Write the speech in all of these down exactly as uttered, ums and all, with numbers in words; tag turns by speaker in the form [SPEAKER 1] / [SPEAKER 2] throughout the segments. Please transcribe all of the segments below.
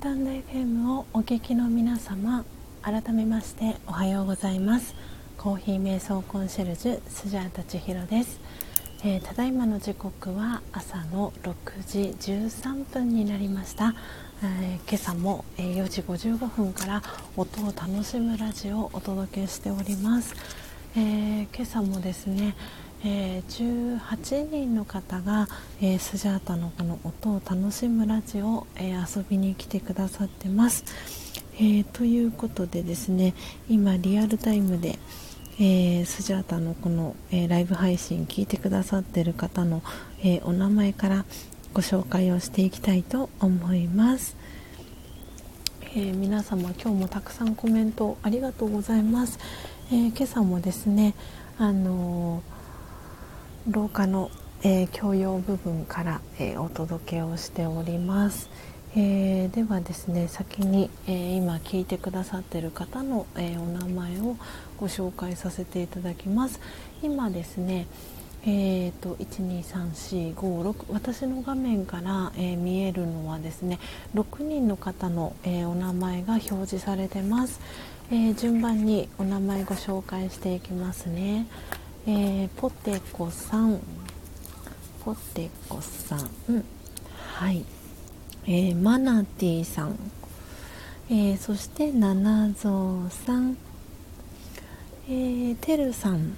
[SPEAKER 1] タンド エフエム をお聞きの皆様、改めましておはようございます。コーヒー瞑想コンシェルジュスジャータ千尋です。えー、ただいまの時刻は朝のろくじじゅうさんぷんになりました。えー、今朝もよじごじゅうごふんから音を楽しむラジオをお届けしております。えー、今朝もですね、えー、じゅうはちにんの方が、えー、スジャータのこの音を楽しむラジオ、えー、遊びに来てくださってます。えー、ということでですね、今リアルタイムで、えー、スジャータのこの、えー、ライブ配信聞いてくださっている方の、えー、お名前からご紹介をしていきたいと思います。えー、皆様今日もたくさんコメントありがとうございます。えー、今朝もですね、あのー廊下の、えー、共用部分から、えー、お届けをしております。えー、ではですね、先に、えー、今聞いてくださっている方の、えー、お名前をご紹介させていただきます。今ですね、えー、といちにさんしごろく、私の画面から、えー、見えるのはですね、ろくにんの方の、えー、お名前が表示されてます。えー、順番にお名前ご紹介していきますね。えー、ポテコさん、ポテコさん、うん、はい、えー、マナティさん、えー、そしてナナゾウさん、えー、テルさん、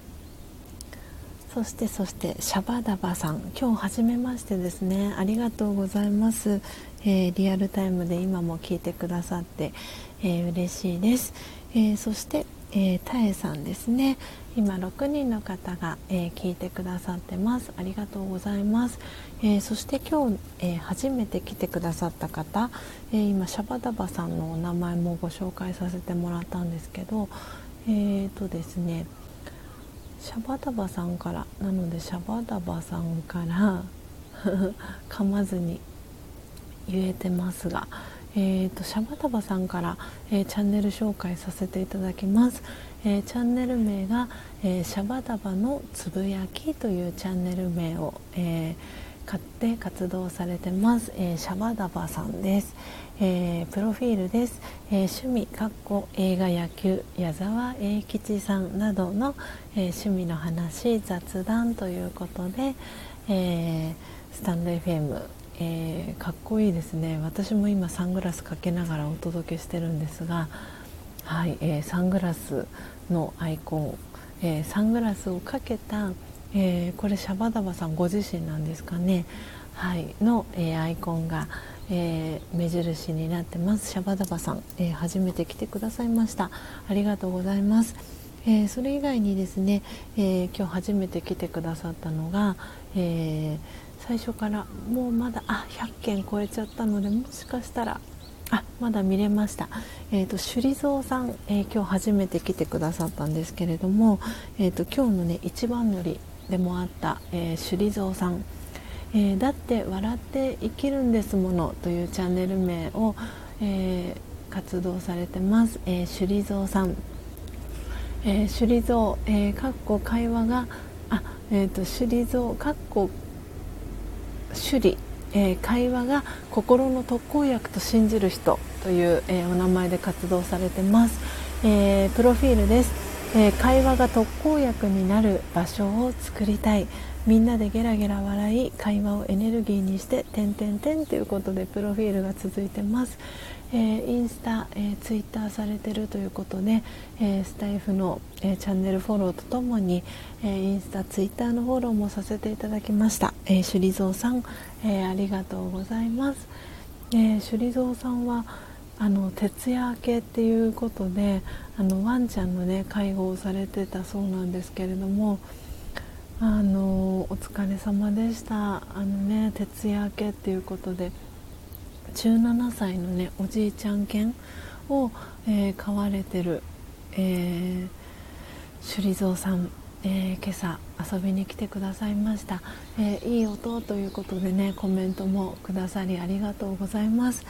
[SPEAKER 1] そしてそしてシャバダバさん、今日初めましてですね、ありがとうございます。えー、リアルタイムで今も聞いてくださって、えー、嬉しいです。えー、そしてえー、タエさんですね、今ろくにんの方が、えー、聞いてくださってます。ありがとうございます。えー、そして今日、えー、初めて来てくださった方、えー、今シャバダバさんのお名前もご紹介させてもらったんですけど、えーとですねシャバダバさんからなのでシャバダバさんから噛まずに言えてますが、えー、とシャバダバさんから、えー、チャンネル紹介させていただきます。えー、チャンネル名が、えー、シャバダバのつぶやきというチャンネル名を、えー、買って活動されてます。えー、シャバダバさんです。えー、プロフィールです。えー、趣味かっこ映画野球矢沢永吉さんなどの、えー、趣味の話雑談ということで、えー、スタンド エフエム、えー、かっこいいですね。私も今サングラスかけながらお届けしてるんですが、はい、えー、サングラスのアイコン、えー、サングラスをかけた、えー、これシャバダバさんご自身なんですかね、はい、の、えー、アイコンが、えー、目印になってます。シャバダバさん、えー、初めて来てくださいました。ありがとうございます。えー、それ以外にですね、えー、今日初めて来てくださったのが、えー最初からもうまだあひゃっけん超えちゃったので、もしかしたらあまだ見れました。えーと首里蔵さん、えー、今日初めて来てくださったんですけれども、えーと今日のね一番乗りでもあった、えー、首里蔵さん、えー、だって笑って生きるんですものというチャンネル名を、えー、活動されてます。えー、首里蔵さん、えー、首里蔵、えー、かっこ会話があえーと首里蔵かっこ首里、えー、会話が心の特効薬と信じる人という、えー、お名前で活動されてます。えー、プロフィールです。えー、会話が特効薬になる場所を作りたい、みんなでゲラゲラ笑い会話をエネルギーにして点点点ということでプロフィールが続いてます。えー、インスタ、えー、ツイッターされてるということで、えー、スタイフの、えー、チャンネルフォローとともに、えー、インスタツイッターのフォローもさせていただきました。えー、首里蔵さん、えー、ありがとうございます。えー、首里蔵さんはあの徹夜明けっていうことであのワンちゃんのね介護をされてたそうなんですけれども、あのお疲れ様でした。あのね徹夜明けっていうことでじゅうななさいのねおじいちゃん犬を、えー、飼われてる、えー、首里蔵さん、えー、今朝遊びに来てくださいました。えー、いい音ということでねコメントもくださりありがとうございます。え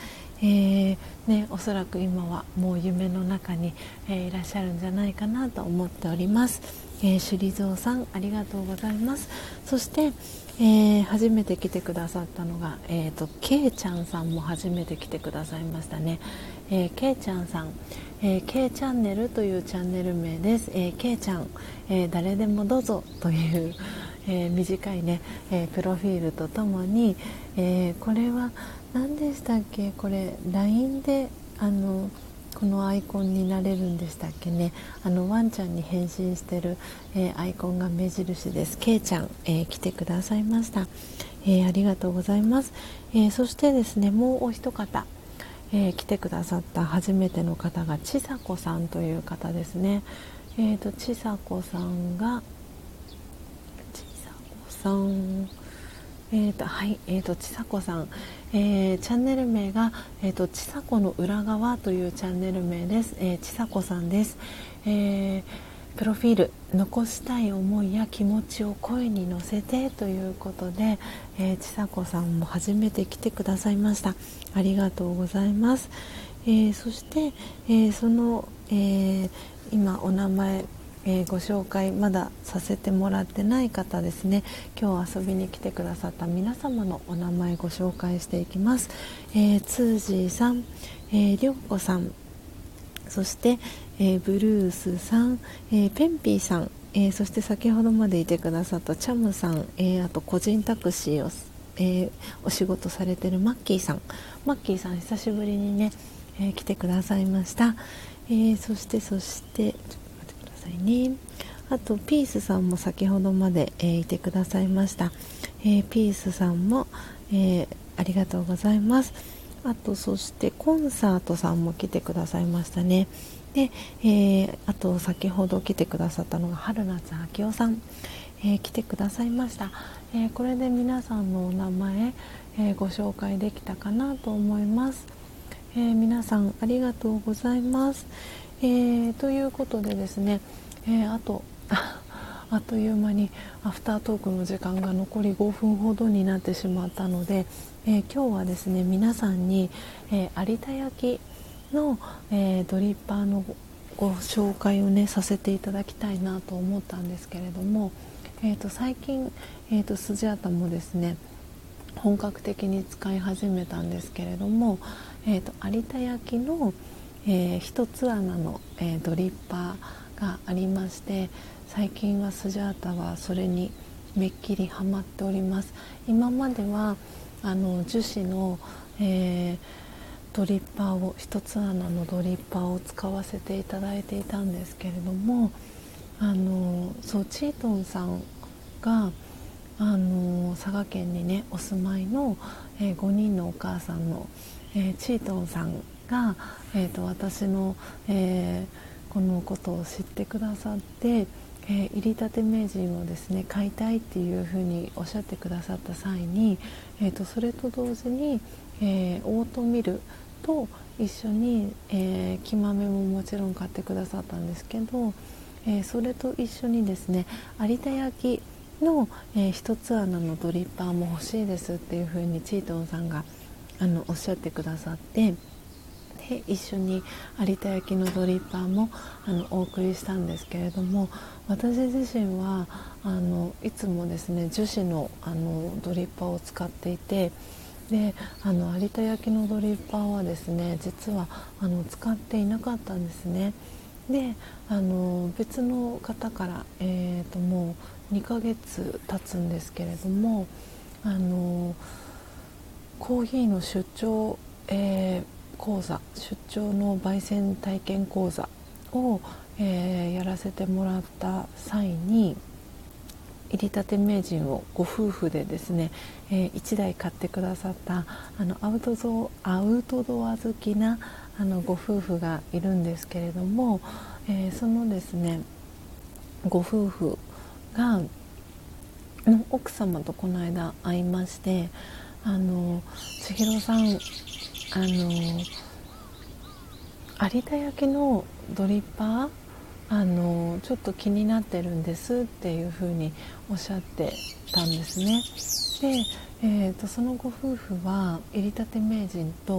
[SPEAKER 1] えーね、おそらく今はもう夢の中に、えーいらっしゃるんじゃないかなと思っております。えー、首里蔵さんありがとうございます。そして、えー初めて来てくださったのが、えーと、けいちゃんさんも初めて来てくださいましたね。えー、けいちゃんさん、えー、K チャンネルというチャンネル名です。えー、K ちゃん、えー誰でもどうぞという、えー短いね、えープロフィールとともに、えーこれは何でしたっけ、これ ライン であのこのアイコンになれるんでしたっけね。あのワンちゃんに変身してる、えーアイコンが目印です。けいちゃん、えー来てくださいました。えーありがとうございます。えーそしてですね、もうお一方、えー来てくださった初めての方がちさこさんという方ですね。えーとちさこさんがちさこさん、えーとはいえーとちさこさん、えーチャンネル名が、えーとちさこの裏側というチャンネル名です。えーちさこさんです。えープロフィール、残したい思いや気持ちを声に乗せてということで、えーちさこさんも初めて来てくださいました。ありがとうございます。えーそして、えーその、えー今お名前、えーご紹介まださせてもらってない方ですね。今日遊びに来てくださった皆様のお名前ご紹介していきます。えー、ツージーさん、えー、りょうこさん、そして、えーブルースさん、えーペンピーさん、えーそして先ほどまでいてくださったチャムさん、えーあと個人タクシーを、えーお仕事されてるマッキーさん、マッキーさん久しぶりにね、えー来てくださいました。えーそしてそしてちょっと待ってくださいね。あとピースさんも先ほどまで、えーいてくださいました。えーピースさんも、えーありがとうございます。あとそしてコンサートさんも来てくださいましたね。で、えーあと先ほど来てくださったのが春夏秋夫さん、えー来てくださいました。えーこれで皆さんのお名前、えーご紹介できたかなと思います。えー皆さんありがとうございます。えーということでですね、えーあとあっという間にアフタートークの時間が残りごふんほどになってしまったので、えー今日はですね皆さんに、えー有田焼の、えードリッパーのご紹介をねさせていただきたいなと思ったんですけれども、えーと最近、えーとスジャータもですね本格的に使い始めたんですけれども、えーと有田焼の、えー一つ穴の、えードリッパーがありまして、最近はスジャータはそれにめっきりハマっております。今まではあの樹脂の、えードリッパーを一つ穴のドリッパーを使わせていただいていたんですけれども、あのそうチートンさんがあの佐賀県にねお住まいの、えーごにんのお母さんの、えーチートンさんが、えーと私の、えーこのことを知ってくださって、えー入りたて名人をですね買いたいっていうふうにおっしゃってくださった際に、えーとそれと同時に、えーオートミルと一緒に、えー、木豆ももちろん買ってくださったんですけど、えーそれと一緒にですね有田焼の、えー一つ穴のドリッパーも欲しいですっていうふうにチートンさんがあのおっしゃってくださって、で一緒に有田焼のドリッパーもあのお送りしたんですけれども、私自身はあのいつもですね樹脂の、あのドリッパーを使っていて、であの有田焼のドリッパーはですね実はあの使っていなかったんですね。であの別の方から、えー、ともうにかげつ経つんですけれども、あのコーヒーの出張、えー講座出張の焙煎体験講座を、えーやらせてもらった際に入りたて名人をご夫婦でですね、えーいちだい買ってくださったあのアウトドアウトドア好きなあのご夫婦がいるんですけれども、えーそのですねご夫婦がの奥様とこの間会いまして、あの千尋さん、あの有田焼のドリッパーあのちょっと気になってるんですっていうふうにおっしゃってたんですね。で、えー、とそのご夫婦は入りたて名人と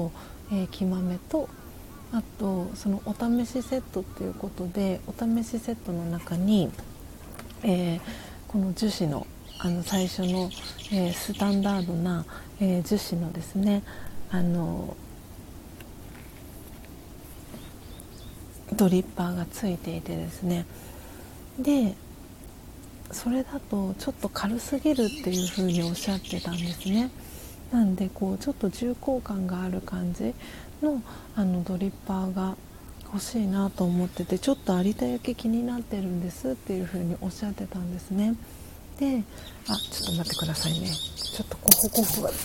[SPEAKER 1] えー、木豆と、あとそのお試しセットということで、お試しセットの中に、えー、この樹脂の、あの最初の、えー、スタンダードな、えー、樹脂のですね、あのドリッパーがついていてですね、でそれだとちょっと軽すぎるっていう風におっしゃってたんですね。なんでこうちょっと重厚感がある感じの、あのドリッパーが欲しいなと思ってて、ちょっと有田焼気になってるんですっていう風におっしゃってたんですね。で、あ、ちょっと待ってくださいね。ちょっとコホコホが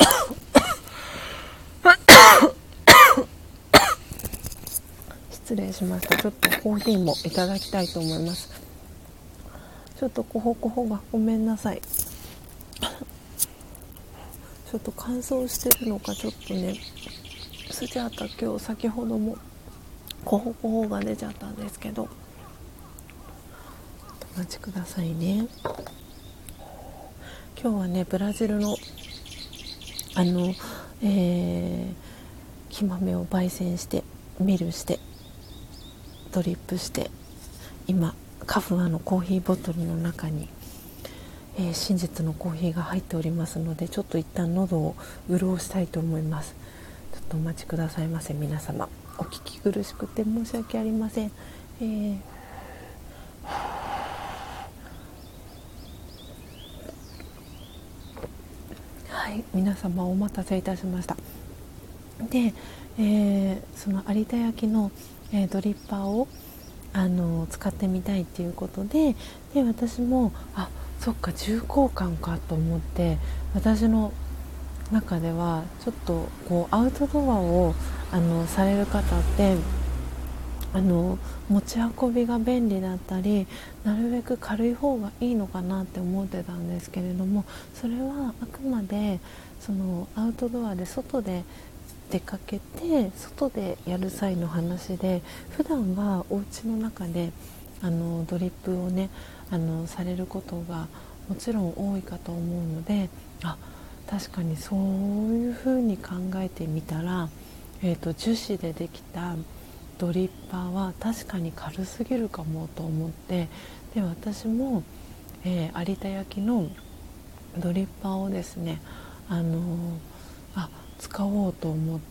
[SPEAKER 1] 失礼しました。ちょっとコーヒーもいただきたいと思います。ちょっとコホコホがごめんなさい。ちょっと乾燥してるのか、ちょっとね、スジャータ今日先ほどもコホコホが出ちゃったんですけど、お待ちくださいね。今日はね、ブラジルのあの、えー、木豆を焙煎してミルしてドリップして、今カフアのコーヒーボトルの中に、えー、真実のコーヒーが入っておりますので、ちょっと一旦喉を潤したいと思います。ちょっとお待ちくださいませ。皆様お聞き苦しくて申し訳ありません。えーはい、皆様お待たせいたしました。で、えー、その有田焼の、えー、ドリッパーをあの使ってみたいっていうことで、で私もあ、そっか重厚感かと思って、私の中ではちょっとこうアウトドアをあのされる方ってあの持ち運びが便利だったり、なるべく軽い方がいいのかなって思ってたんですけれども、それはあくまでそのアウトドアで外で出かけて外でやる際の話で、普段はお家の中であのドリップをね、あのされることがもちろん多いかと思うので、あ、確かにそういうふうに考えてみたら、えーと、樹脂でできたドリッパーは確かに軽すぎるかもと思って、で私も、えー、有田焼のドリッパーをですね、あのー、あ使おうと思って、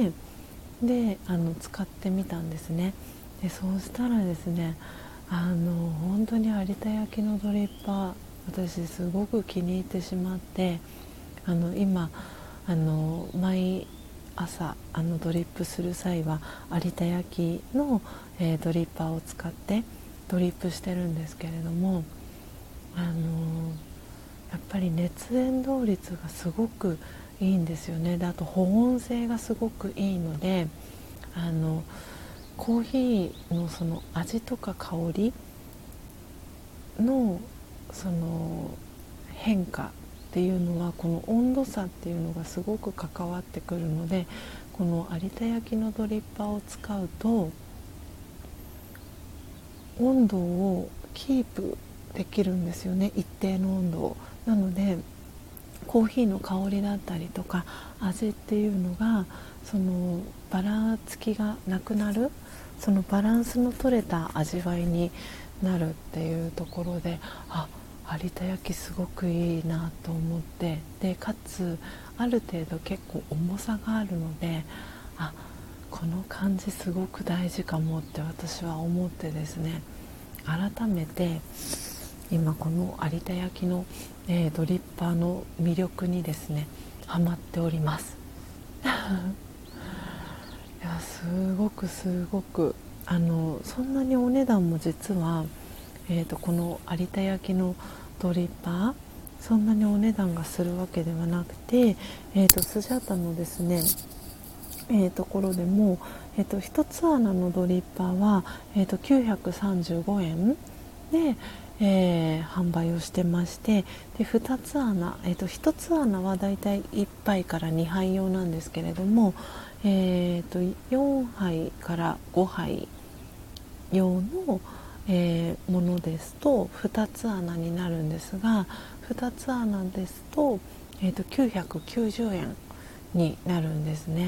[SPEAKER 1] であの使ってみたんですね。でそうしたらですね、あの本当に有田焼のドリッパー、私すごく気に入ってしまって、あの今あの毎朝あのドリップする際は有田焼の、えー、ドリッパーを使ってドリップしてるんですけれども、あのやっぱり熱伝導率がすごくいいんですよね。であと保温性がすごくいいので、あのコーヒーのその味とか香りのその変化っていうのは、この温度差っていうのがすごく関わってくるので、この有田焼のドリッパーを使うと温度をキープできるんですよね、一定の温度を。なのでコーヒーの香りだったりとか味っていうのが、そのばらつきがなくなる、そのバランスの取れた味わいになるっていうところで、あ、有田焼すごくいいなと思って、でかつある程度結構重さがあるので、あ、この感じすごく大事かもって私は思ってですね、改めて今この有田焼の、えー、ドリッパーの魅力にですねハマっておりますいやすごくすごくあのそんなにお値段も実は、えーと、この有田焼のドリッパーそんなにお値段がするわけではなくて、えーと、スジャータのですね、えー、ところでも、えー、とひとつ穴のドリッパーは、えー、ときゅうひゃくさんじゅうごえんで、えー、販売をしてまして、でふたつ穴、えー、とひとつ穴はだいたいいっぱいからにはい用なんですけれども、えー、とよんはいからごはい用の、えー、ものですとふたつ穴になるんですが、ふたつ穴ですと、えー、ときゅうひゃくきゅうじゅうえんになるんですね。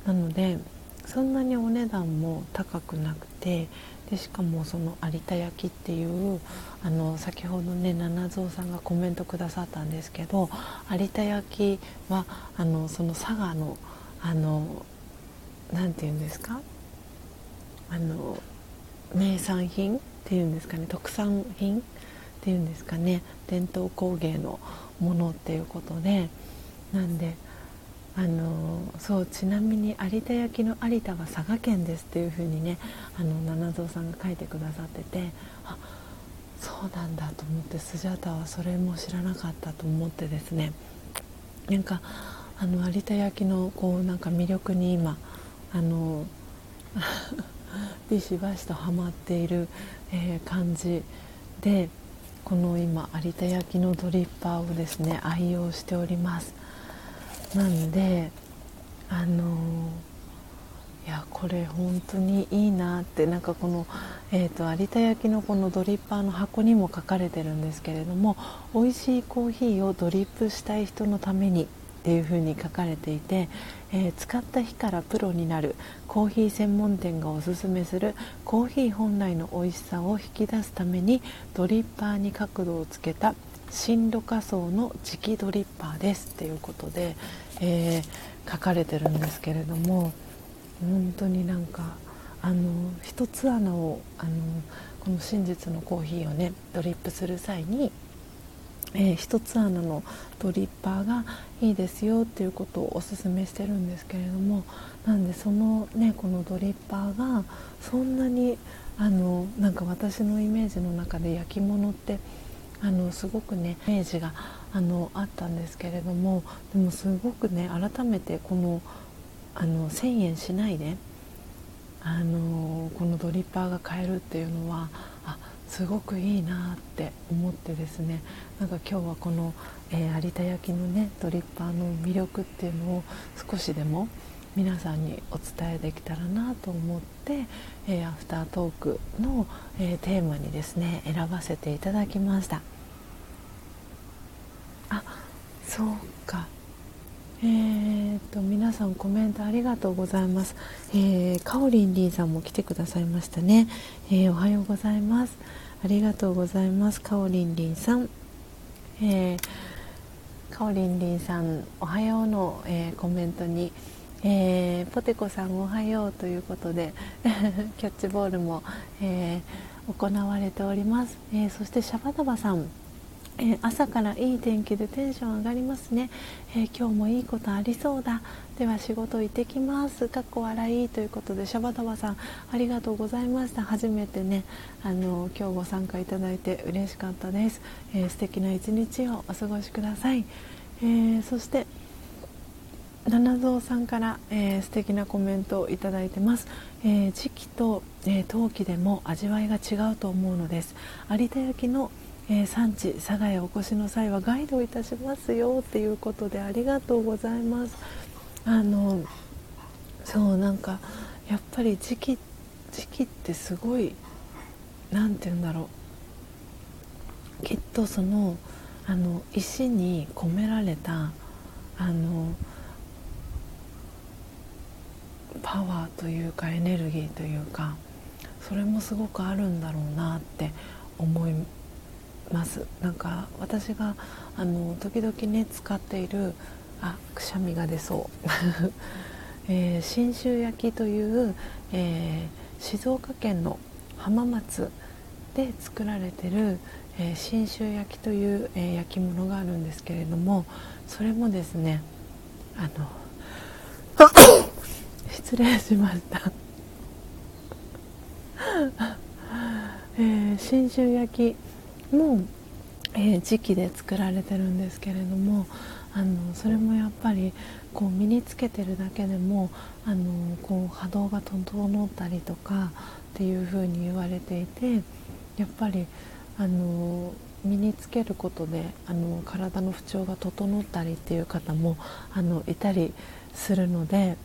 [SPEAKER 1] なのでそんなにお値段も高くなくて、でしかもその有田焼っていうあの先ほどね七蔵さんがコメントくださったんですけど、有田焼はあのその佐賀のあのなんていうんですか、あの名産品っていうんですかね、特産品っていうんですかね、伝統工芸のものっていうことで、なんであのそうちなみに有田焼の有田は佐賀県ですっていう風にね、あの七蔵さんが書いてくださってて、あ、そうなんだと思って、スジャータはそれも知らなかったと思ってですね、なんかあの有田焼のこうなんか魅力に今あのビシバシとハマっている、えー感じで、この今有田焼のドリッパーをですね愛用しております。なんであのー、いやこれ本当にいいなって、なんかこの、えーと、有田焼のこのドリッパーの箱にも書かれてるんですけれども、美味しいコーヒーをドリップしたい人のためにっていう風に書かれていて、えー、使った日からプロになるコーヒー専門店がおすすめするコーヒー本来の美味しさを引き出すためにドリッパーに角度をつけた新ろ過層の磁気ドリッパーですっていうことで、えー、書かれてるんですけれども、本当になんかあの一つ穴をあのこの真実のコーヒーをねドリップする際に、えー、一つ穴のドリッパーがいいですよっていうことをお勧めしてるんですけれども、なんでそのねこのドリッパーがそんなにあのなんか私のイメージの中で焼き物ってあのすごくねイメージがあのあったんですけれども、でもすごくね改めてこのあのせんえんしないであのこのドリッパーが買えるっていうのはあすごくいいなって思ってですね、なんか今日はこの、えー、有田焼のねドリッパーの魅力っていうのを少しでも皆さんにお伝えできたらなと思って、えー、アフタートークの、えー、テーマにですね選ばせていただきました。あ、そうか。えー、と皆さんコメントありがとうございます。えー、かおりんりんさんも来てくださいましたね。えー、おはようございます。ありがとうございます。かおりんりんさん、えー、かおりんりんさんおはようの、えー、コメントに、えー、ポテコさんおはようということでキャッチボールも、えー、行われております。えー、そしてシャバダバさん、えー、朝からいい天気でテンション上がりますね、えー、今日もいいことありそうだ、では仕事行ってきますかっこ笑いということで、シャバダバさんありがとうございました。初めてねあの今日ご参加いただいて嬉しかったです。えー、素敵な一日をお過ごしください。えー、そして七蔵さんから、えー、素敵なコメントをいただいてます。えー、時期と、えー、陶器でも味わいが違うと思うのです。有田焼のえー、産地佐賀へお越しの際はガイドいたしますよっていうことでありがとうございます。あのそうなんかやっぱり時期時期ってすごいなんて言うんだろう、きっとそのあの石に込められたあのパワーというかエネルギーというか、それもすごくあるんだろうなって思います。なんか私があの時々ね使っているあくしゃみが出そう、えー、信州焼という、えー、静岡県の浜松で作られている、えー、信州焼という、えー、焼き物があるんですけれども、それもですねあの失礼しましたえー、信州焼きも、えー、時期で作られてるんですけれども、あのそれもやっぱりこう身につけてるだけでもあのこう波動が整ったりとかっていう風に言われていて、やっぱりあの身につけることであの体の不調が整ったりっていう方もあのいたりするので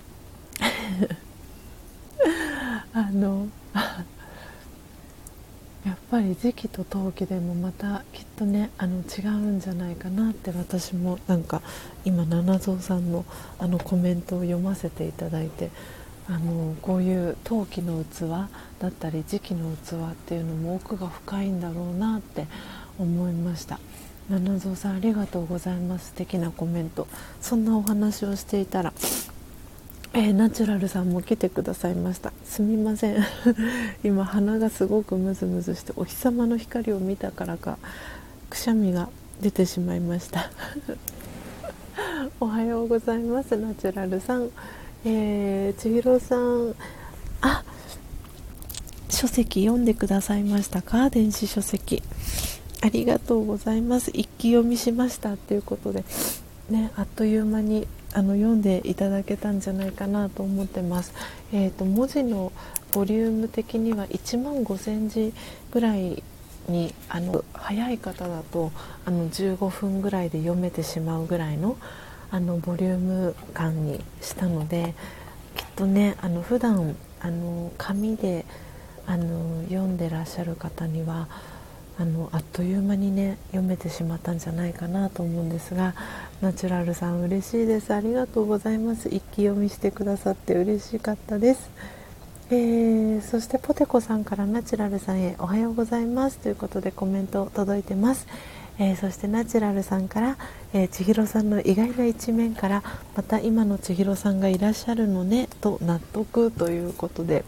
[SPEAKER 1] あのやっぱり磁気と陶器でもまたきっとねあの違うんじゃないかなって、私もなんか今七蔵さんのあのコメントを読ませていただいて、あのこういう陶器の器だったり磁器の器っていうのも奥が深いんだろうなって思いました。七蔵さんありがとうございます。素敵なコメント。そんなお話をしていたら、えー、ナチュラルさんも来てくださいました。すみません今鼻がすごくムズムズして、お日様の光を見たからかくしゃみが出てしまいましたおはようございます。ナチュラルさん、えー、千尋さん、あ、書籍読んでくださいましたか？電子書籍ありがとうございます。一気読みしましたということで、ね、あっという間にあの読んでいただけたんじゃないかなと思ってます。えーと、文字のボリューム的にはいちまんごせんじぐらいに、あの早い方だとあのじゅうごふんぐらいで読めてしまうぐらいのあのボリューム感にしたので、きっとねあの普段あの紙であの読んでらっしゃる方にはあのあっという間にね読めてしまったんじゃないかなと思うんですが、ナチュラルさん嬉しいです。ありがとうございます。一気読みしてくださって嬉しかったです。えー、そしてポテコさんからナチュラルさんへおはようございますということでコメント届いてます。えー、そしてナチュラルさんから、えー、千尋さんの意外な一面からまた今の千尋さんがいらっしゃるのねと納得ということで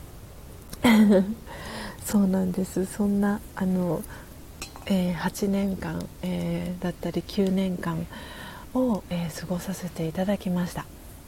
[SPEAKER 1] そうなんです。そんなあのえー、はちねんかん、えー、だったりきゅうねんかんを、えー、過ごさせていただきました。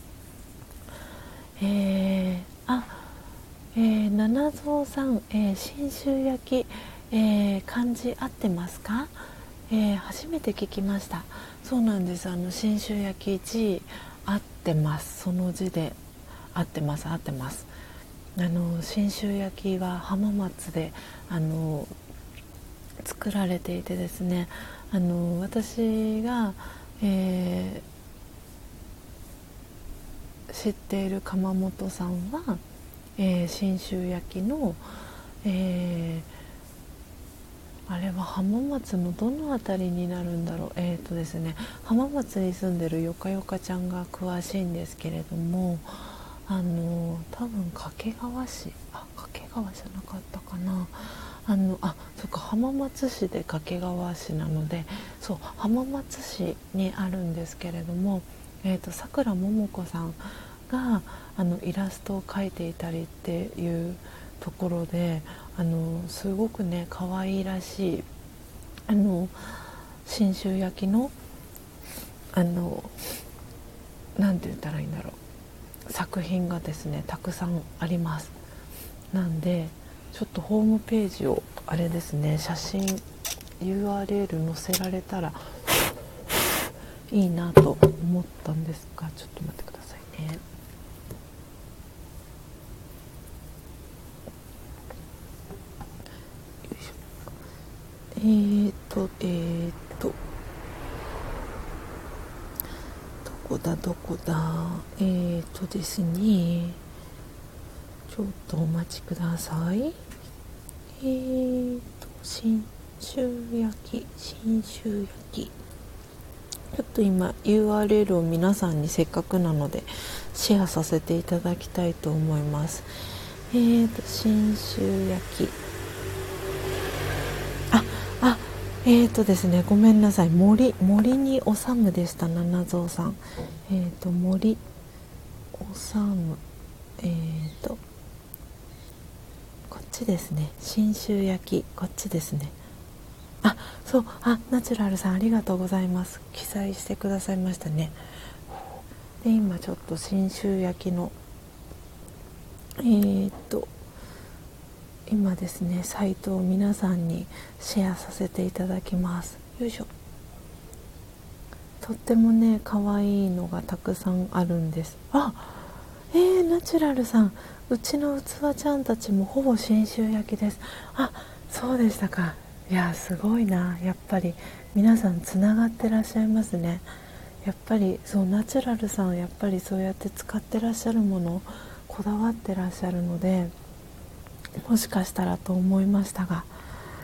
[SPEAKER 1] えー、あ、えー、七蔵さん、えー、信州焼き、えー、漢字合ってますか？えー、初めて聞きました。そうなんです。あの信州焼き字合ってます。その字で合ってます合ってます。あの信州焼きは浜松であの作られていてですね、あの私が、えー、知っている窯元さんは、えー、信州焼きの、えー、あれは浜松のどの辺りになるんだろう、えーとですね、浜松に住んでるよかよかちゃんが詳しいんですけれども、あの多分掛川市、あ、掛川じゃなかったかな、あのあそっか浜松市で掛川市なので、そう浜松市にあるんですけれども、えーとさくらももこさんがあのイラストを描いていたりっていうところで、あのすごくね可愛いらしいあの信州焼きのあのなんて言ったらいいんだろう、作品がですねたくさんあります。なんでちょっとホームページをあれですね、写真 ユーアールエル 載せられたらいいなと思ったんですが、ちょっと待ってくださいね。よいしょ。えーとえーとどこだどこだえーとですね、ちょっとお待ちください。えーと信州焼き信州焼き、ちょっと今 ユーアールエル を皆さんにせっかくなのでシェアさせていただきたいと思います。えーと信州焼き、ああえーとですねごめんなさい、森森に治むでした。七蔵さん、えーと森治む、えーとこっちですね、信州焼きこっちですね。あ、そう、あ、ナチュラルさんありがとうございます。記載してくださいましたね。で今ちょっと信州焼きのえー、っと今ですねサイトを皆さんにシェアさせていただきます。よいしょ。とってもね可愛いのがたくさんあるんです。あ、えー、ナチュラルさん、うちの器ちゃんたちもほぼ信州焼きです。あ、そうでしたか。いやすごいな、やっぱり皆さんつながってらっしゃいますね。やっぱりそうナチュラルさんやっぱりそうやって使ってらっしゃるものこだわってらっしゃるので、もしかしたらと思いましたが、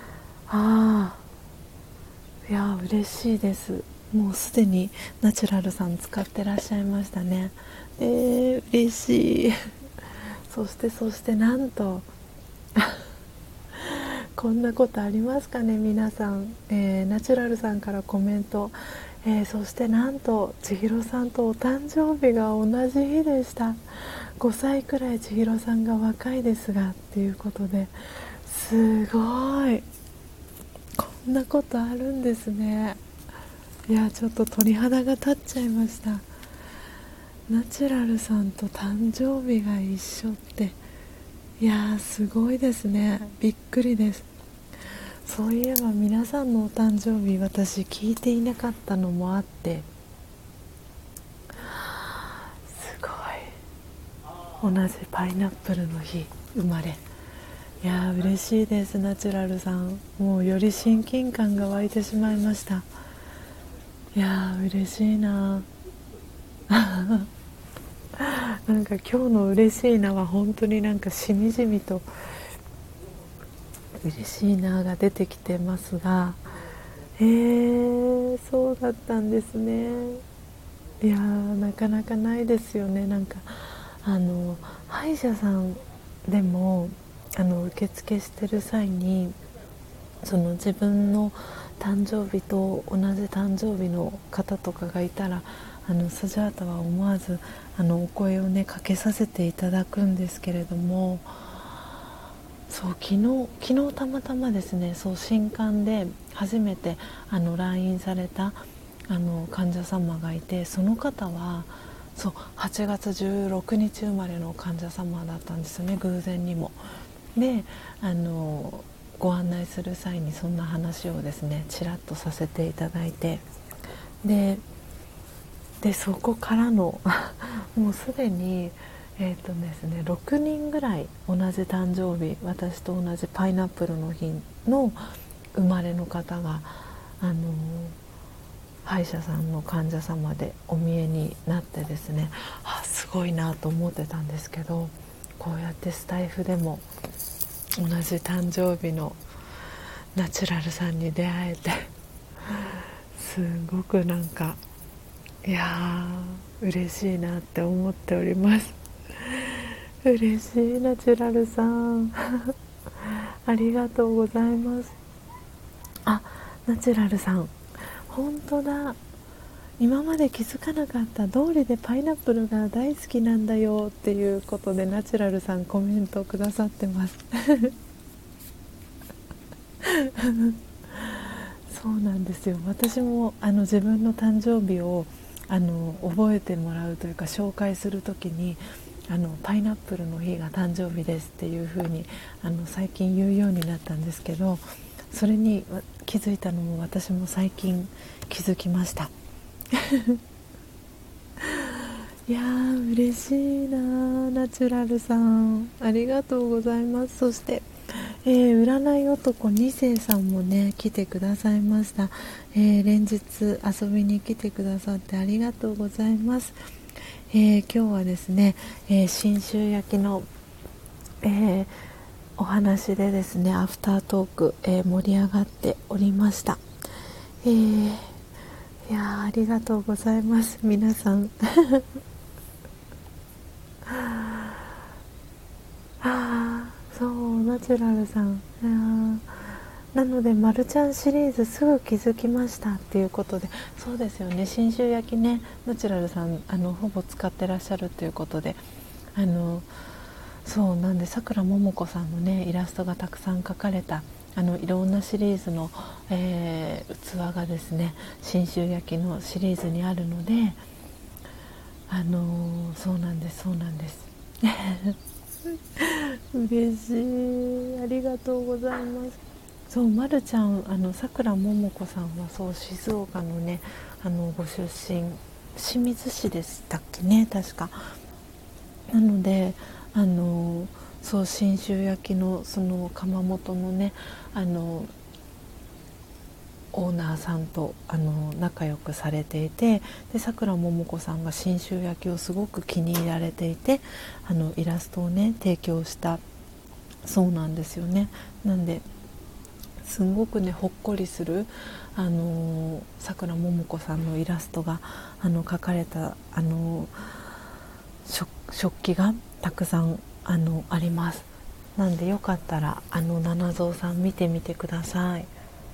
[SPEAKER 1] ああ、いや嬉しいです。もうすでにナチュラルさん使ってらっしゃいましたね。えー、嬉しい。そしてそしてなんとこんなことありますかね皆さん、えー、ナチュラルさんからコメント、えー、そしてなんと千尋さんとお誕生日が同じ日でした。ごさいくらい千尋さんが若いですがっていうことで、すごい、こんなことあるんですね。いやちょっと鳥肌が立っちゃいました。ナチュラルさんと誕生日が一緒って、いやーすごいですね。びっくりです。そういえば皆さんのお誕生日私聞いていなかったのもあって、すごい、同じパイナップルの日生まれ。いやー嬉しいです。ナチュラルさん、もうより親近感が湧いてしまいました。いやー嬉しいな。なんか今日の嬉しいなは本当になんかしみじみと嬉しいなが出てきてますが、えー、そうだったんですね。いやーなかなかないですよね。なんかあの歯医者さんでもあの受付してる際にその自分の誕生日と同じ誕生日の方とかがいたら、あのスジャータは思わずあのお声をねかけさせていただくんですけれども、そう昨日昨日たまたまですね、そう新刊で初めてあの来院されたあの患者様がいて、その方はそうはちがつじゅうろくにち生まれの患者様だったんですよね、偶然にも。であのご案内する際にそんな話をですねちらっとさせていただいて、ででそこからのもうすでにえーとですね、ろくにんぐらい同じ誕生日、私と同じパイナップルの日の生まれの方があの歯医者さんの患者様でお見えになってですね、あすごいなと思ってたんですけど、こうやってスタイフでも同じ誕生日のナチュラルさんに出会えてすごくなんかいやー嬉しいなって思っております。嬉しいナチュラルさんありがとうございます。あ、ナチュラルさん本当だ、今まで気づかなかった、通りでパイナップルが大好きなんだよっていうことでナチュラルさんコメントくださってますそうなんですよ。私もあの自分の誕生日をあの覚えてもらうというか紹介するときにあのパイナップルの日が誕生日ですっていう風にあの最近言うようになったんですけど、それに気づいたのも私も最近気づきましたいやー嬉しいな、ナチュラルさんありがとうございます。そして、えー、占い男に世さんもね来てくださいました。えー、連日遊びに来てくださってありがとうございます。えー、今日はですね、えー、信州焼きの、えー、お話でですねアフタートーク、えー、盛り上がっておりました。えー、いやありがとうございます皆さんあそうナチュラルさん、いやなのでマルちゃんシリーズすぐ気づきましたっていうことで、そうですよね、信州焼きねナチュラルさんあのほぼ使ってらっしゃるということで、あのそうなんでさくらももこさんのねイラストがたくさん描かれたあのいろんなシリーズの、えー、器がですね信州焼きのシリーズにあるので、あのそうなんですそうなんです嬉しい、ありがとうございます。そう、まるちゃん、あのさくらももこさんはそう静岡のねあのご出身、清水市でしたっけね確か。なのであのそう信州焼きのその窯元のねあのオーナーさんとあの仲良くされていて、でさくらももこさんが信州焼きをすごく気に入られていて、あのイラストをね提供したそうなんですよね。なんですんごくねほっこりするあのさくらももこさんのイラストがあの描かれたあの食食器がたくさんあのあります。なんでよかったらあの七蔵さん見てみてください。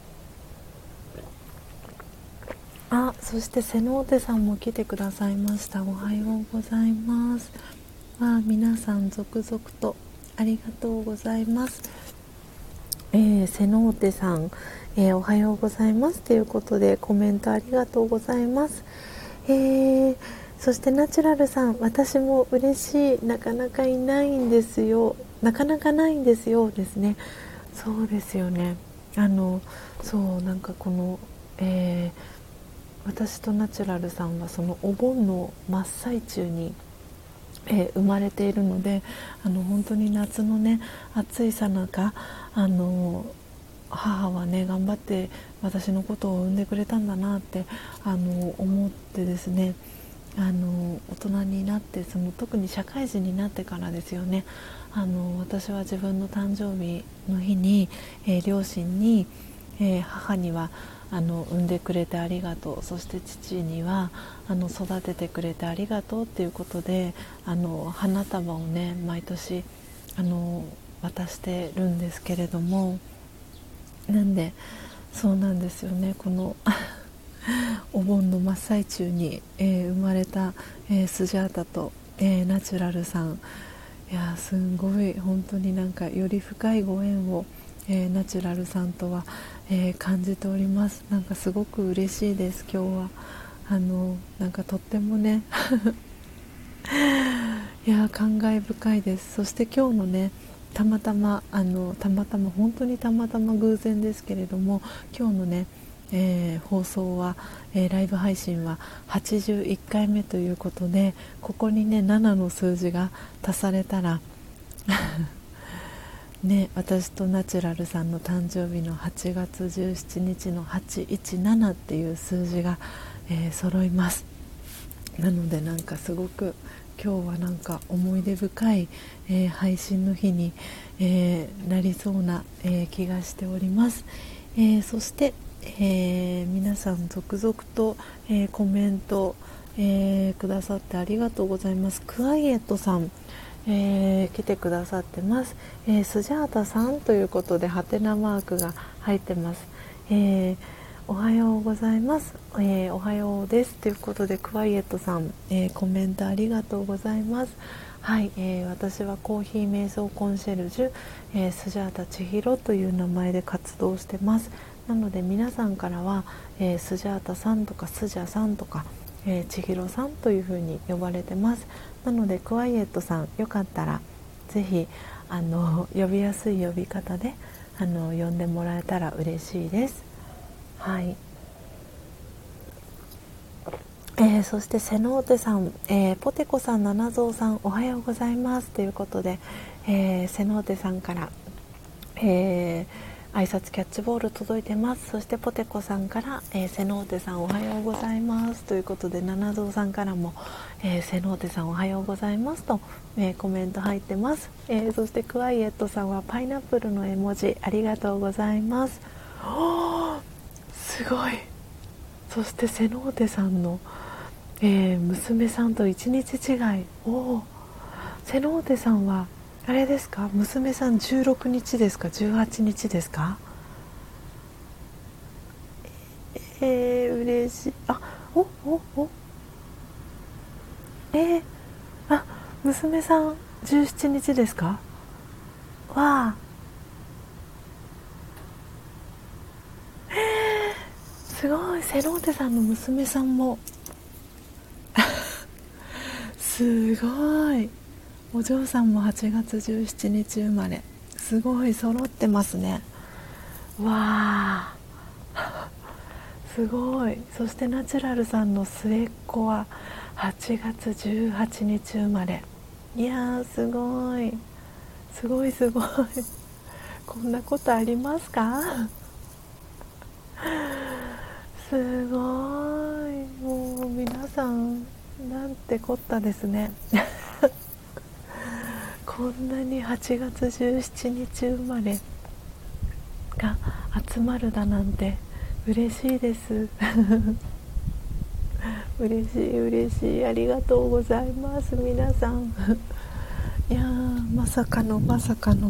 [SPEAKER 1] あ、そして瀬能手さんも来てくださいました。おはようございます。わあ、皆さん続々とありがとうございます。えー、瀬能手さん、えー、おはようございますということでコメントありがとうございます。えー、そしてナチュラルさん、私も嬉しい、なかなかいないんですよ、なかなかないんですよですね。そうですよね。あのそうなんかこの、えー私とナチュラルさんはそのお盆の真っ最中に、えー生まれているので、あの本当に夏のね暑いさなか、あの母はね頑張って私のことを産んでくれたんだなってあの思ってですね、あの大人になって、その特に社会人になってからですよね。あの私は自分の誕生日の日に、えー両親に、えー母にはあの産んでくれてありがとう、そして父にはあの育ててくれてありがとうっていうことで、あの花束をね毎年あの渡してるんですけれども、なんでそうなんですよね、このお盆の真っ最中に、えー生まれた、えースジャータと、えーナチュラルさん、いやすんごい本当になんかより深いご縁を、えーナチュラルさんとは、えー感じております。なんかすごく嬉しいです。今日はあのなんかとってもねいや感慨深いです。そして今日のねたまたまあのたまたま本当にたまたま偶然ですけれども、今日のね、えー放送は、えーライブ配信ははちじゅういっかいめということで、ここにねななの数字が足されたらね、私とナチュラルさんの誕生日のはちがつじゅうしちにちのはちいちななっていう数字が、えー揃います。なのでなんかすごく今日はなんか思い出深い、えー配信の日に、えーなりそうな、えー気がしております。えーそして、えー皆さん続々と、えーコメント、えーくださってありがとうございます。クワイエットさん、えー来てくださってます。えースジャータさんということでハテナマークが入ってます。えーおはようございます、えーおはようですということでクワイエットさん、えーコメントありがとうございます。はい、えー私はコーヒー瞑想コンシェルジュ、えースジャータ千尋という名前で活動してます。なので皆さんからは、えースジャータさんとかスジャさんとか、えー、千尋さんというふうに呼ばれてます。なのでクワイエットさんよかったらぜひあの呼びやすい呼び方であの呼んでもらえたら嬉しいです。はい、えーそして瀬能手さん、えーポテコさん、七蔵さんおはようございますということで、えー、瀬能手さんから、えー挨拶キャッチボール届いてます。そしてポテコさんから、えー、瀬能手さんおはようございますということで、七蔵さんからも、えー、瀬能手さんおはようございますと、えーコメント入ってます。えーそしてクワイエットさんはパイナップルの絵文字ありがとうございます。おーすごい。そして瀬能手さんの、えー娘さんといちにち違い。おー瀬能手さんはあれですか、娘さんじゅうろくにちですかじゅうはちにちですか。えー、嬉しい。あおおおえー、あ娘さんじゅうしちにちですか。わあすごい。瀬能手さんの娘さんもすごい。お嬢さんもはちがつじゅうしちにち生まれ、すごい揃ってますね。わあすごい。そしてナチュラルさんの末っ子ははちがつじゅうはちにち生まれ。いやーすごいすごいすごいこんなことありますか。すごい。もう皆さんなんてこったですねこんなにはちがつじゅうしちにち生まれが集まるだなんて嬉しいです嬉しい嬉しい、ありがとうございます皆さんいやー、まさかのまさかの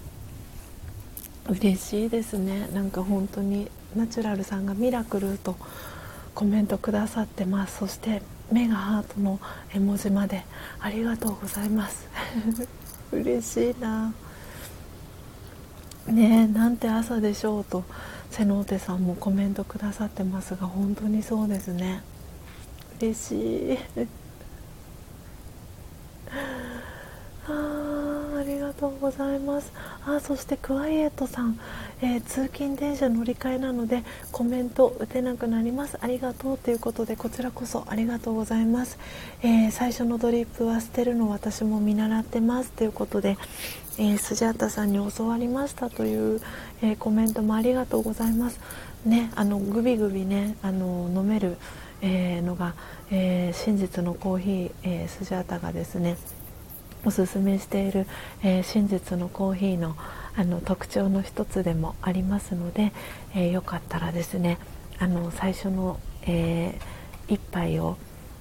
[SPEAKER 1] 嬉しいですね。なんか本当にナチュラルさんがミラクルとコメントくださってます。そして目がハートの絵文字までありがとうございます嬉しいなねえ、なんて朝でしょうと瀬能手さんもコメントくださってますが、本当にそうですね、嬉しいあー、ありがとうございます。あ、そしてクワイエットさん、えー、通勤電車乗り換えなのでコメント打てなくなります、ありがとうということで、こちらこそありがとうございます。えー、最初のドリップは捨てるの私も見習ってますということで、えー、スジャータさんに教わりましたという、えー、コメントもありがとうございますね。あのグビグビね、あの飲める、えー、のが、えー、真実のコーヒー、えー、スジャータがですねおすすめしている、えー、真実のコーヒーの、あの特徴の一つでもありますので、えー、よかったらですね、あの最初の、えー、一杯を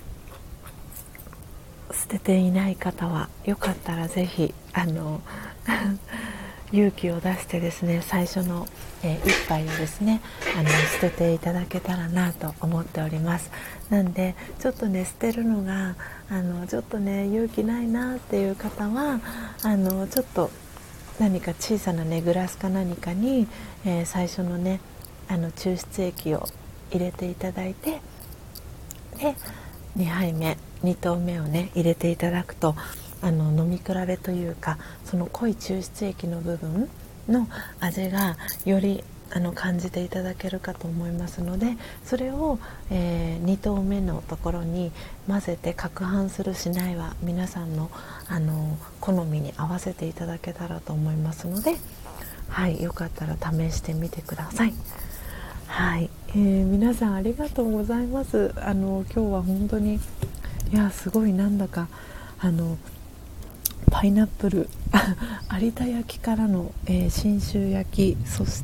[SPEAKER 1] 捨てていない方はよかったらぜひあの勇気を出してですね、最初の、えー、一杯をですねあの捨てていただけたらなと思っております。なんでちょっとね捨てるのがあのちょっとね勇気ないなっていう方はあのちょっと何か小さなねグラスか何かに、えー、最初のねあの抽出液を入れていただいて、でにはいめにとうめをね入れていただくと、あの飲み比べというかその濃い抽出液の部分の味がよりあの感じていただけるかと思いますので、それを、えー、にとうめのところに混ぜて攪拌するしないは皆さんの、あの好みに合わせていただけたらと思いますので、はい、よかったら試してみてください。はい、えー、皆さんありがとうございます。あの今日は本当にいやすごいなんだかあのパイナップル有田焼からの、えー、信州焼き、そして、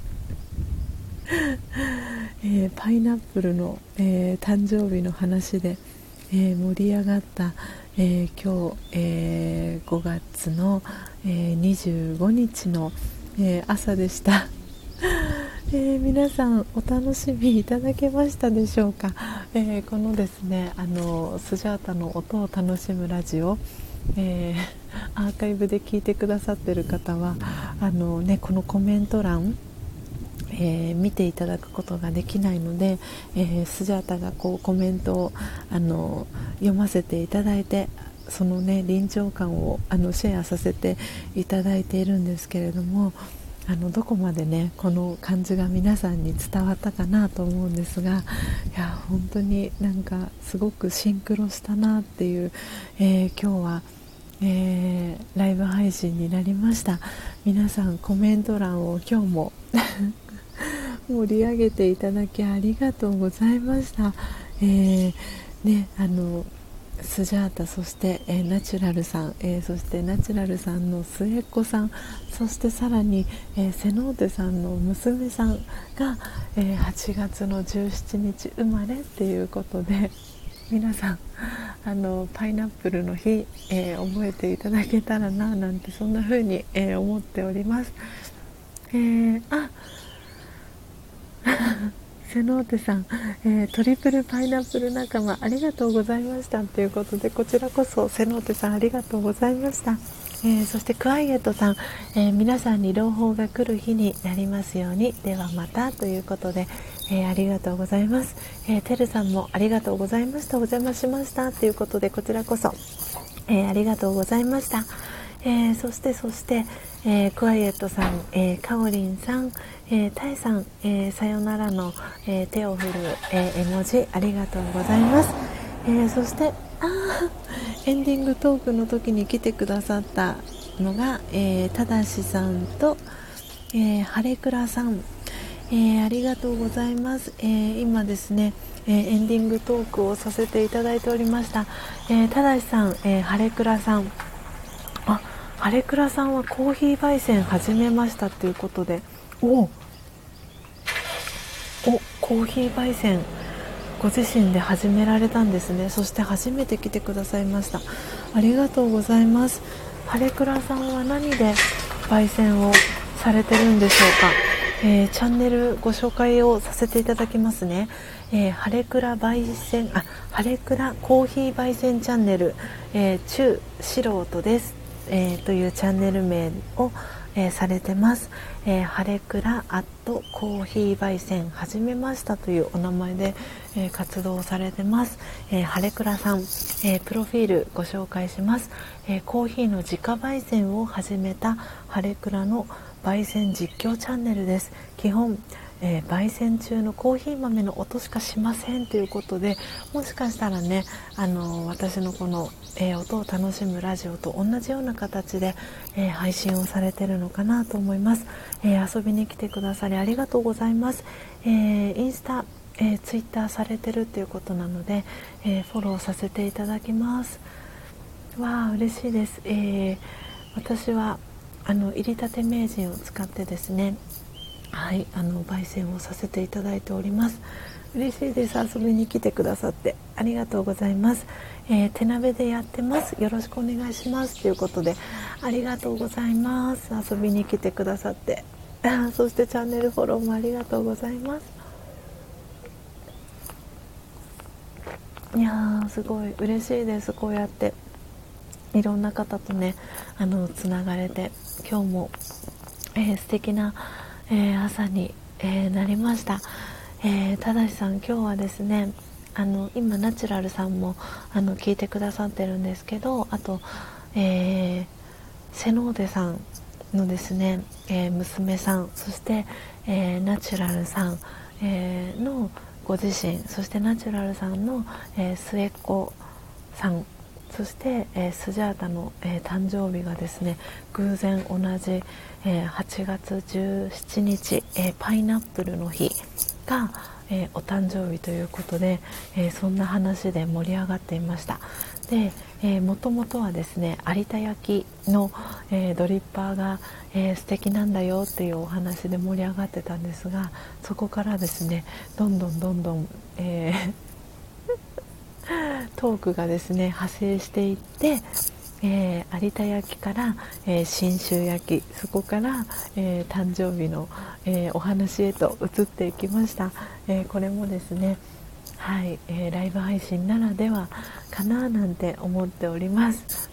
[SPEAKER 1] えー、パイナップルの、えー、誕生日の話で、えー、盛り上がった、えー、今日、えー、ごがつの、えー、にじゅうごにちの、えー、朝でしたえー、皆さんお楽しみいただけましたでしょうか。えー、このですねあのスジャータの音を楽しむラジオ、えー、アーカイブで聞いてくださっている方はあの、ね、このコメント欄、えー、見ていただくことができないので、えー、スジャータがこうコメントをあの読ませていただいて、そのね臨場感をあのシェアさせていただいているんですけれども、あのどこまでねこの感じが皆さんに伝わったかなと思うんですが、いや本当になんかすごくシンクロしたなっていう、えー、今日は、えー、ライブ配信になりました。皆さんコメント欄を今日も盛り上げていただきありがとうございました。えーね、あのスジャータ、そして、えー、ナチュラルさん、えー、そしてナチュラルさんの末っ子さん、そしてさらに、えー、セノーテさんの娘さんが、えー、はちがつのじゅうしちにち生まれっていうことで、皆さんあのパイナップルの日、えー、覚えていただけたらななんてそんな風に、えー、思っております。えー、あセノーテさん、えー、トリプルパイナップル仲間ありがとうございましたということで、こちらこそセノーテさんありがとうございました。えー、そしてクワイエットさん、えー、皆さんに朗報が来る日になりますように、ではまたということで、えー、ありがとうございます。えー、てるさんもありがとうございました、お邪魔しましたということで、こちらこそ、えー、ありがとうございました。えー、そしてそして、えー、クワイエットさん、えー、カオリンさん、えー、タイさん、えー、さよならの、えー、手を振る、えー、絵文字ありがとうございます。えー、そしてあエンディングトークの時に来てくださったのが、えー、ただしさんと、えー、ハレクラさん、えー、ありがとうございます。えー、今ですね、えー、エンディングトークをさせていただいておりました。えー、ただしさん、えー、ハレクラさん、あハレクラさんはコーヒー焙煎始めましたということで、 おおコーヒー焙煎ご自身で始められたんですね。そして初めて来てくださいました。ありがとうございます。ハレクラさんは何で焙煎をされてるんでしょうか。えー、チャンネルご紹介をさせていただきますね。えー、ハレクラ焙煎あハレクラコーヒー焙煎チャンネル、えー、中素人です、えー、というチャンネル名を、えー、されてます。えー、ハレクラアットコーヒー焙煎始めましたというお名前で、えー、活動されてます。えー、ハレクラさん、えー、プロフィールご紹介します。えー、コーヒーの自家焙煎を始めたハレクラの焙煎実況チャンネルです。基本えー、焙煎中のコーヒー豆の音しかしませんということで、もしかしたらね、あのー、私のこの、えー、音を楽しむラジオと同じような形で、えー、配信をされているのかなと思います。えー、遊びに来てくださりありがとうございます。えー、インスタ、えー、ツイッターされてるということなので、えー、フォローさせていただきます。わあ嬉しいです。えー、私はあの入りたて名人を使ってですね、はい、あの焙煎をさせていただいております。嬉しいです。遊びに来てくださってありがとうございます。えー、手鍋でやってます。よろしくお願いしますということでありがとうございます。遊びに来てくださってそしてチャンネルフォローもありがとうございます。いやーすごい嬉しいです。こうやっていろんな方とねあのつながれて今日も、えー、素敵なえー、朝に、えー、なりました。えー、ただしさん今日はですねあの今ナチュラルさんもあの聞いてくださってるんですけど、あと、えー、セノーデさんのですね、えー、娘さん、そして、えー、ナチュラルさん、えー、のご自身、そしてナチュラルさんの、えー、末っ子さん、そして、えー、スジャータの、えー、誕生日がですね偶然同じ、えー、はちがつじゅうしちにち、えー、パイナップルの日が、えー、お誕生日ということで、えー、そんな話で盛り上がっていました。で、えー、もともとはですね有田焼の、えー、ドリッパーが、えー、素敵なんだよっていうお話で盛り上がってたんですが、そこからですねどんどんどんどん、えートークがですね派生していって、えー、有田焼から、えー、信州焼、そこから、えー、誕生日の、えー、お話へと移っていきました。えー、これもですねはい、えー、ライブ配信ならではかななんて思っております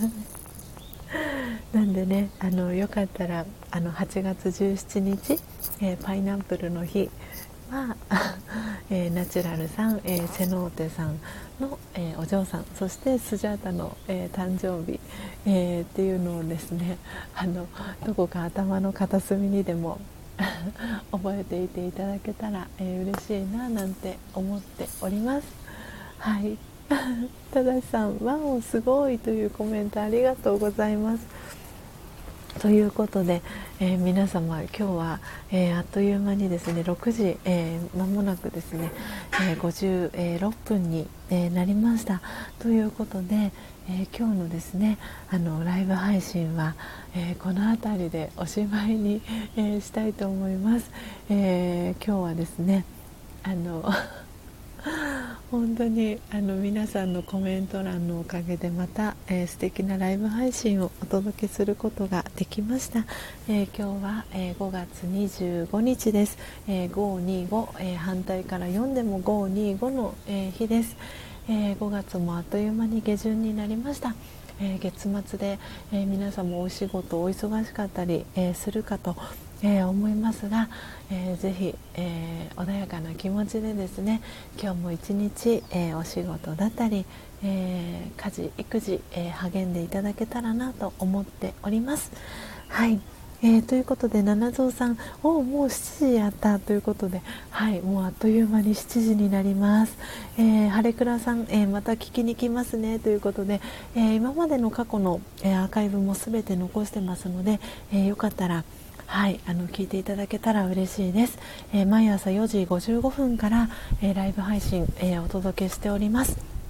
[SPEAKER 1] なんでねあのよかったらあのはちがつじゅうしちにち、えー、パイナップルの日は、えー、ナチュラルさん、えー、セノーテさんの、えー、お嬢さん、そしてスジャータの、えー、誕生日、えー、っていうのをですねあのどこか頭の片隅にでも覚えていていただけたら、えー、嬉しいななんて思っております。はいただしさんワオすごいというコメントありがとうございます。ということで、えー、皆様今日は、えー、あっという間にですねろくじ、えー、間もなくですね、えー、ごじゅうろっぷんに、えー、なりましたということで、えー、今日のですねあのライブ配信は、えー、この辺りでおしまいに、えー、したいと思います。えー、今日はですねあの本当にあの皆さんのコメント欄のおかげでまた、えー、素敵なライブ配信をお届けすることができました。えー、今日は、えー、ごがつにじゅうごにちです。えー、ごにご、えー、反対からよんでもごにごの、えー、日です。えー、ごがつもあっという間に下旬になりました。えー、月末で、えー、皆さんもお仕事お忙しかったり、えー、するかとえー、思いますが、えー、ぜひ、えー、穏やかな気持ちでですね今日も一日、えー、お仕事だったり、えー、家事育児、えー、励んでいただけたらなと思っております。はい、えー、ということで七蔵さんおもうしちじやったということで、はい、もうあっという間にしちじになります。えー、晴倉さん、えー、また聞きに来ますねということで、えー、今までの過去の、えー、アーカイブもすべて残してますので、えー、よかったらはい、あの聞いていただけたら嬉しいです。えー、毎朝よじごじゅうごふんから、えー、ライブ配信、えー、お届けしております。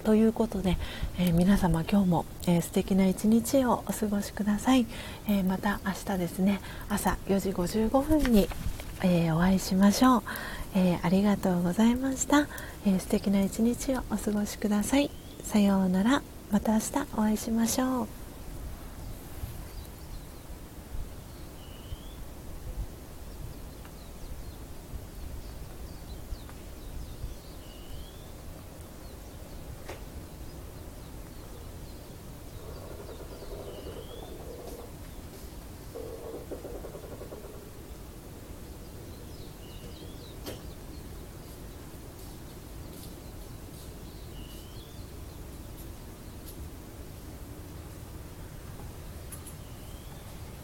[SPEAKER 1] ということで、えー、皆様今日も、えー、素敵な一日をお過ごしください。えー、また明日ですね、朝よじごじゅうごふんに、えー、お会いしましょう。えー、ありがとうございました。えー、素敵な一日をお過ごしください。さようなら。また明日お会いしましょう。